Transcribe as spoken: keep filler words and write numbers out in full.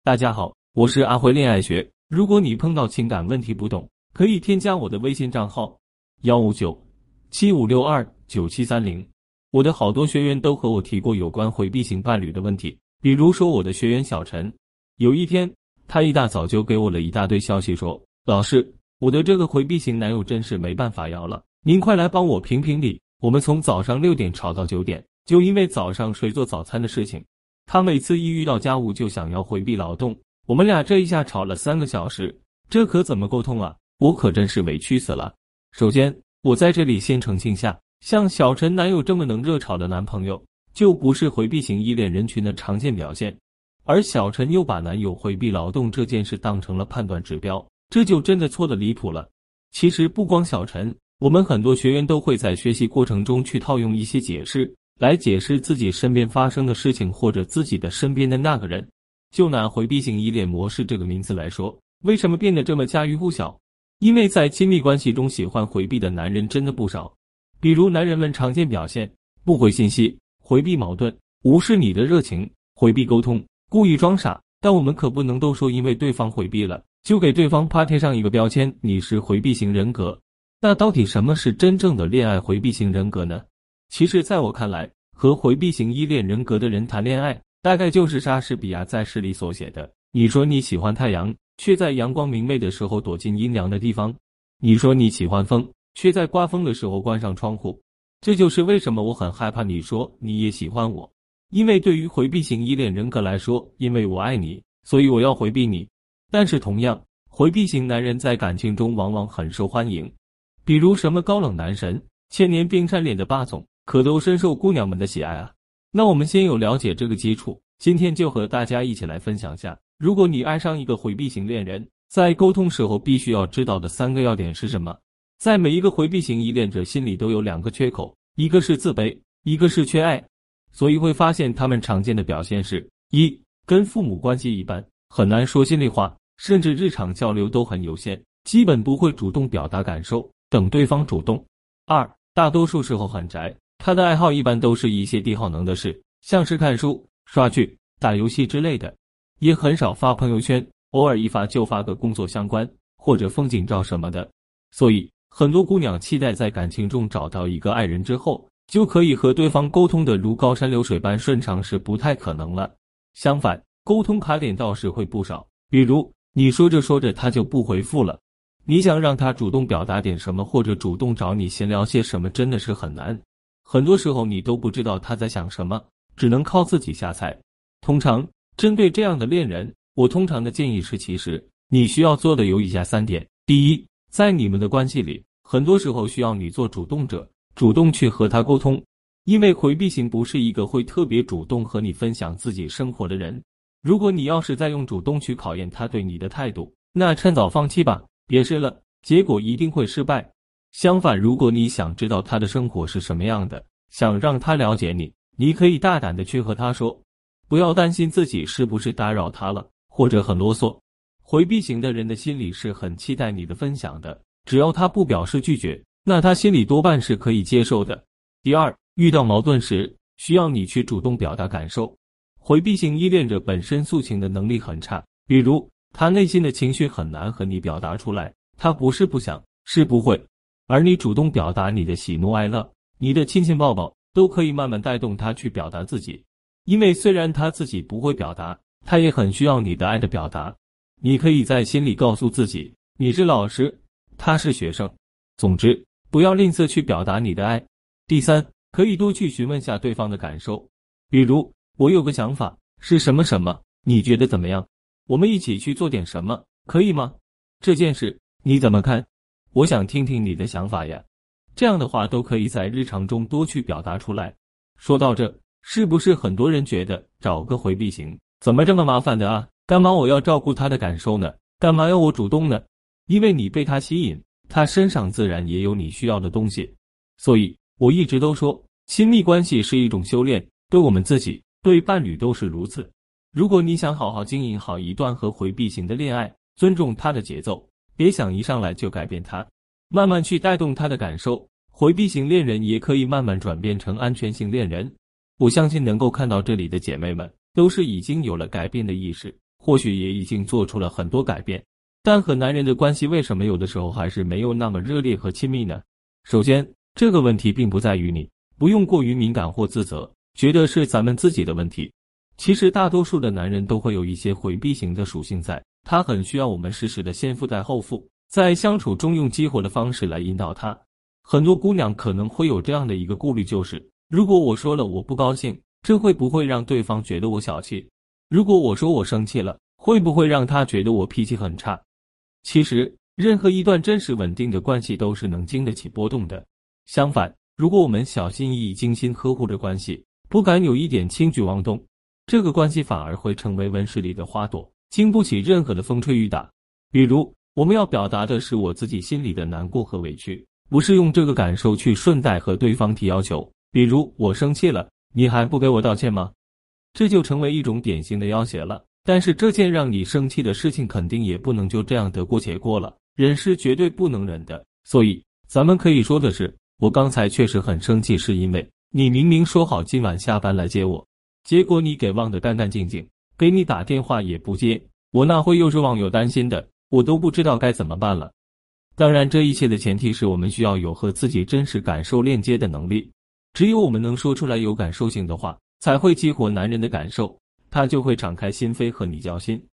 大家好，我是阿辉恋爱学。如果你碰到情感问题不懂，可以添加我的微信账号幺五九七五六二九七三零。我的好多学员都和我提过有关回避型伴侣的问题，比如说我的学员小陈，有一天他一大早就给我了一大堆消息说，老师，我的这个回避型男友真是没办法要了，您快来帮我评评理。我们从早上六点吵到九点，就因为早上谁做早餐的事情。他每次一遇到家务就想要回避劳动，我们俩这一下吵了三个小时，这可怎么沟通啊？我可真是委屈死了。首先，我在这里先澄清下，像小陈男友这么能热吵的男朋友，就不是回避型依恋人群的常见表现。而小陈又把男友回避劳动这件事当成了判断指标，这就真的错得离谱了。其实不光小陈，我们很多学员都会在学习过程中去套用一些解释，来解释自己身边发生的事情或者自己的身边的那个人。就拿回避型依恋模式这个名词来说，为什么变得这么家喻户晓？因为在亲密关系中喜欢回避的男人真的不少。比如男人们常见表现，不回信息，回避矛盾，无视你的热情，回避沟通，故意装傻。但我们可不能都说因为对方回避了，就给对方啪贴上一个标签，你是回避型人格。那到底什么是真正的恋爱回避型人格呢？其实在我看来，和回避型依恋人格的人谈恋爱，大概就是莎士比亚在诗里所写的，你说你喜欢太阳，却在阳光明媚的时候躲进阴凉的地方，你说你喜欢风，却在刮风的时候关上窗户。这就是为什么我很害怕你说你也喜欢我，因为对于回避型依恋人格来说，因为我爱你，所以我要回避你。但是同样，回避型男人在感情中往往很受欢迎，比如什么高冷男神、千年冰山脸的霸总，可都深受姑娘们的喜爱啊。那我们先有了解这个基础，今天就和大家一起来分享下，如果你爱上一个回避型恋人，在沟通时候必须要知道的三个要点是什么。在每一个回避型依恋者心里都有两个缺口，一个是自卑，一个是缺爱。所以会发现他们常见的表现是：一、跟父母关系一般，很难说心里话，甚至日常交流都很有限，基本不会主动表达感受，等对方主动。二、大多数时候很宅，他的爱好一般都是一些低耗能的事，像是看书、刷剧、打游戏之类的，也很少发朋友圈，偶尔一发就发个工作相关或者风景照什么的。所以很多姑娘期待在感情中找到一个爱人之后，就可以和对方沟通的如高山流水般顺畅是不太可能了。相反，沟通卡点倒是会不少，比如你说着说着他就不回复了，你想让他主动表达点什么或者主动找你闲聊些什么真的是很难，很多时候你都不知道他在想什么，只能靠自己下菜。通常针对这样的恋人，我通常的建议是，其实你需要做的有以下三点。第一，在你们的关系里，很多时候需要你做主动者，主动去和他沟通，因为回避型不是一个会特别主动和你分享自己生活的人。如果你要是再用主动去考验他对你的态度，那趁早放弃吧，别试了，结果一定会失败。相反，如果你想知道他的生活是什么样的，想让他了解你，你可以大胆的去和他说，不要担心自己是不是打扰他了，或者很啰嗦。回避型的人的心里是很期待你的分享的，只要他不表示拒绝，那他心里多半是可以接受的。第二，遇到矛盾时，需要你去主动表达感受。回避型依恋者本身诉情的能力很差，比如他内心的情绪很难和你表达出来，他不是不想，是不会。而你主动表达你的喜怒哀乐，你的亲亲抱抱，都可以慢慢带动他去表达自己。因为虽然他自己不会表达，他也很需要你的爱的表达。你可以在心里告诉自己，你是老师，他是学生。总之，不要吝啬去表达你的爱。第三，可以多去询问下对方的感受，比如我有个想法，是什么什么，你觉得怎么样？我们一起去做点什么，可以吗？这件事你怎么看？我想听听你的想法呀。这样的话都可以在日常中多去表达出来。说到这，是不是很多人觉得找个回避型怎么这么麻烦的啊？干嘛我要照顾他的感受呢？干嘛要我主动呢？因为你被他吸引，他身上自然也有你需要的东西。所以我一直都说，亲密关系是一种修炼，对我们自己，对伴侣都是如此。如果你想好好经营好一段和回避型的恋爱，尊重他的节奏，别想一上来就改变他，慢慢去带动他的感受，回避型恋人也可以慢慢转变成安全型恋人。我相信能够看到这里的姐妹们，都是已经有了改变的意识， 或许也已经做出了很多改变。但和男人的关系为什么有的时候还是没有那么热烈和亲密呢？首先，这个问题并不在于你，不用过于敏感或自责，觉得是咱们自己的问题。其实大多数的男人都会有一些回避型的属性在，他很需要我们时时的先付带后付，在相处中用激活的方式来引导他。很多姑娘可能会有这样的一个顾虑，就是如果我说了我不高兴，这会不会让对方觉得我小气？如果我说我生气了，会不会让他觉得我脾气很差？其实，任何一段真实稳定的关系都是能经得起波动的。相反，如果我们小心翼翼、精心呵护着关系，不敢有一点轻举妄动，这个关系反而会成为温室里的花朵，经不起任何的风吹雨打。比如，我们要表达的是我自己心里的难过和委屈，不是用这个感受去顺带和对方提要求。比如，我生气了，你还不给我道歉吗？这就成为一种典型的要挟了。但是这件让你生气的事情肯定也不能就这样得过且过了，忍是绝对不能忍的。所以，咱们可以说的是，我刚才确实很生气，是因为你明明说好今晚下班来接我，结果你给忘得干干净净，给你打电话也不接，我那会又是网友担心的，我都不知道该怎么办了。当然，这一切的前提是我们需要有和自己真实感受链接的能力，只有我们能说出来有感受性的话，才会激活男人的感受，他就会敞开心扉和你交心。